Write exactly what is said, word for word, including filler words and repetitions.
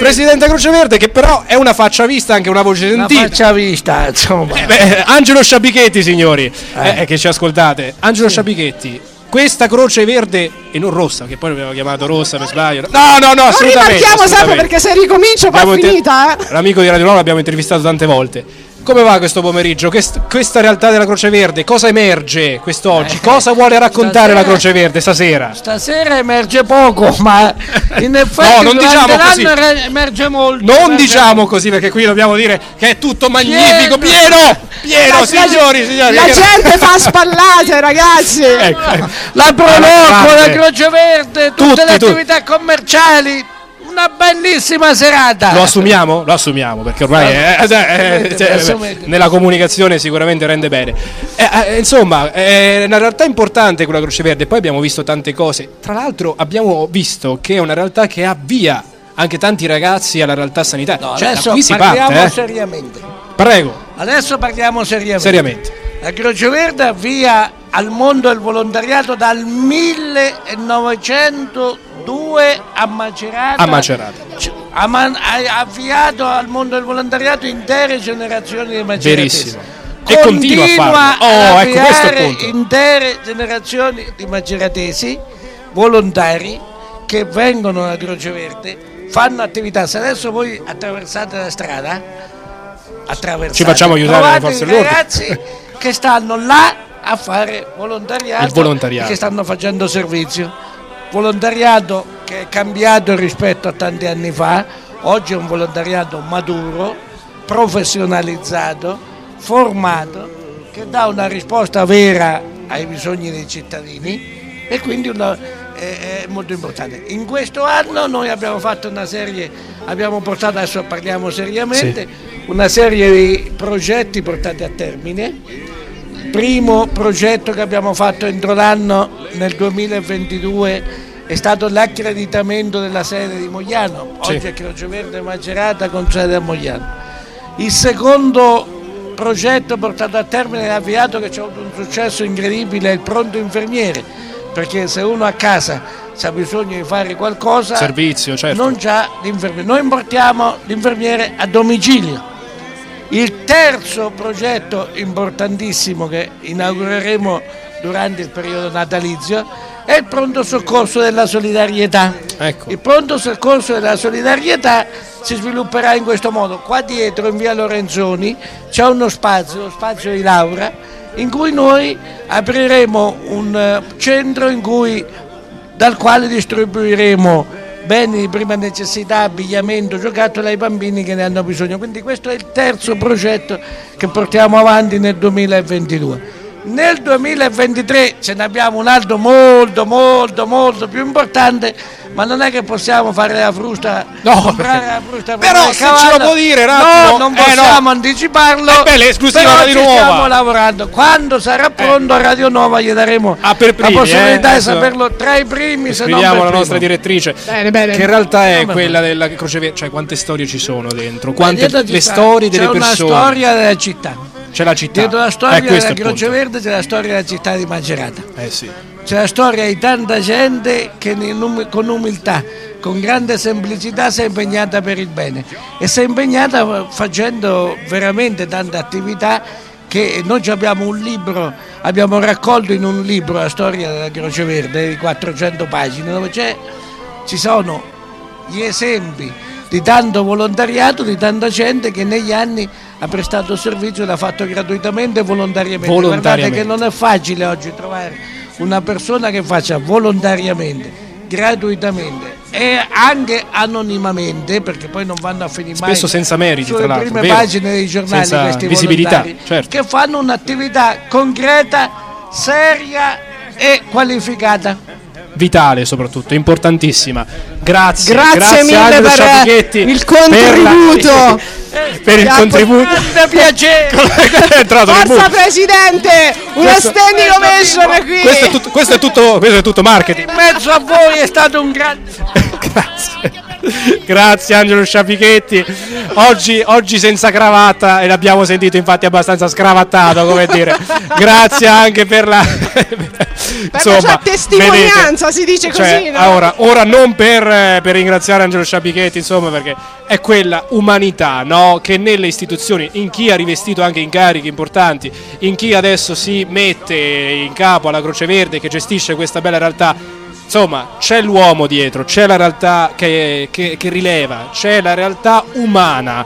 presidente Croce Verde, che però è una faccia vista, anche una voce sentita. Una faccia vista, insomma. Eh beh, Angelo Sciapichetti, signori, Eh. eh, che ci ascoltate. Angelo Sciapichetti, questa Croce Verde e non rossa, che poi l'abbiamo chiamato rossa per sbaglio. No, no, no, Non assolutamente. rimarchiamo sempre, assolutamente. perché se ricomincio poi Abbiamo è inter- finita, eh. L'amico di Radio Nuova l'abbiamo intervistato tante volte. Come va questo pomeriggio? Quest- questa realtà della Croce Verde, cosa emerge quest'oggi? Cosa vuole raccontare stasera- la Croce Verde stasera? Stasera emerge poco, ma in effetti No, non durante diciamo così. l'anno re- emerge molto. Non emerge diciamo molto. così, perché qui dobbiamo dire che è tutto magnifico, Pieno. pieno, pieno, La- signori, signori. La che- gente fa spallate, ragazzi. Ecco, ecco. La Proloco, la Grande. Croce Verde, tutte Tutti, le tutti. attività commerciali. Una bellissima serata. Lo assumiamo? Lo assumiamo, perché ormai è- è- è- cioè, assumete. nella comunicazione sicuramente rende bene. Eh, eh, insomma, è una realtà importante quella Croce Verde. Poi abbiamo visto tante cose. Tra l'altro abbiamo visto che è una realtà che avvia anche tanti ragazzi alla realtà sanitaria. No, Cioè, da adesso qui si parliamo parte, eh. seriamente. Prego, Adesso parliamo seriamente. seriamente. La Croce Verde avvia al mondo del volontariato dal millenovecentodue a Macerata. A Macerata. C- Ha, man- ha avviato al mondo del volontariato intere generazioni di maceratesi. Verissimo. E continua a farlo. Oh, a ecco, questo è il avviare punto. intere generazioni di maceratesi volontari che vengono alla Croce Verde, fanno attività. Se adesso voi attraversate la strada, attraversate, Ci facciamo aiutare dalle trovate forze i dell'ordine. ragazzi che stanno là a fare volontariato, Il volontariato. e che stanno facendo servizio. Volontariato che è cambiato rispetto a tanti anni fa. Oggi è un volontariato maduro, professionalizzato, formato, che dà una risposta vera ai bisogni dei cittadini e quindi una, è, è molto importante. In questo anno noi abbiamo fatto una serie, abbiamo portato, adesso parliamo seriamente, una serie di progetti portati a termine. Primo progetto che abbiamo fatto entro l'anno, nel duemilaventidue, è stato l'accreditamento della sede di Mogliano. Oggi Sì. è Croce Verde Macerata con sede a Mogliano. Il secondo progetto portato a termine e avviato, che c'è avuto un successo incredibile, è il pronto infermiere, perché se uno a casa ha bisogno di fare qualcosa, Servizio, certo. non c'ha l'infermiere. Noi portiamo l'infermiere a domicilio. Il terzo progetto importantissimo che inaugureremo durante il periodo natalizio è il pronto soccorso della solidarietà. Ecco. Il pronto soccorso della solidarietà si svilupperà in questo modo. Qua dietro, in via Lorenzoni, c'è uno spazio, lo spazio di Laura, in cui noi apriremo un eh, centro in cui, dal quale distribuiremo beni di prima necessità, abbigliamento, giocattoli ai bambini che ne hanno bisogno. Quindi questo è il terzo progetto che portiamo avanti nel duemilaventidue. Nel duemilaventitré ce ne abbiamo un altro molto molto molto più importante, ma non è che possiamo fare la frusta, No, comprare la frusta per però il se cavallo. ce lo può dire un attimo, no, non eh, possiamo no. anticiparlo. Eh beh, l'esclusiva però Radio ci Nuova. stiamo lavorando. Quando sarà pronto a Radio Nuova gli daremo Ah, per primi, la possibilità eh, di adesso saperlo tra i primi, se non Scriviamo per la primo. nostra direttrice. Bene, bene. Che in realtà è No, ma- quella della Croce Verde, cioè quante storie ci sono dentro, quante Dietro ci le sta- storie delle c'è persone. una storia della città. C'è la città. Dietro la storia Eh, questo della è il Croce punto. Verde c'è la storia della città di Macerata. Eh sì. C'è la storia di tanta gente che in um- con umiltà, con grande semplicità si è impegnata per il bene e si è impegnata facendo veramente tante attività, che noi ci abbiamo un libro, abbiamo raccolto in un libro la storia della Croce Verde di quattrocento pagine, dove c'è, ci sono gli esempi di tanto volontariato, di tanta gente che negli anni ha prestato servizio e l'ha fatto gratuitamente e volontariamente. Volontariamente. Guardate che non è facile oggi trovare una persona che faccia volontariamente, gratuitamente e anche anonimamente, perché poi non vanno a finire mai Spesso senza meriti, sulle tra l'altro, prime vero? pagine dei giornali, Senza questi visibilità, volontari, certo. che fanno un'attività concreta, seria e qualificata. Vitale soprattutto, importantissima. Grazie, Grazie mille Angelo per Sciapichetti, il contributo. Per, la- per il Mi ha contributo. Grande piacere. È entrato nel Forza mood. Presidente, una Questo- standing ovation qui. Questo è tutto, questo è tutto, questo è tutto marketing. In mezzo a voi è stato un grande... Grazie. Grazie Angelo Sciapichetti. Oggi, oggi senza cravatta e l'abbiamo sentito infatti abbastanza scravattato, come dire. Grazie anche per la Per la sua testimonianza, si dice così, cioè, no? ora, ora non per, eh, per ringraziare Angelo Sciapichetti, insomma, perché è quella umanità, no? Che nelle istituzioni, in chi ha rivestito anche incarichi importanti, in chi adesso si mette in capo alla Croce Verde, che gestisce questa bella realtà, insomma, c'è l'uomo dietro, c'è la realtà che, che, che rileva, c'è la realtà umana.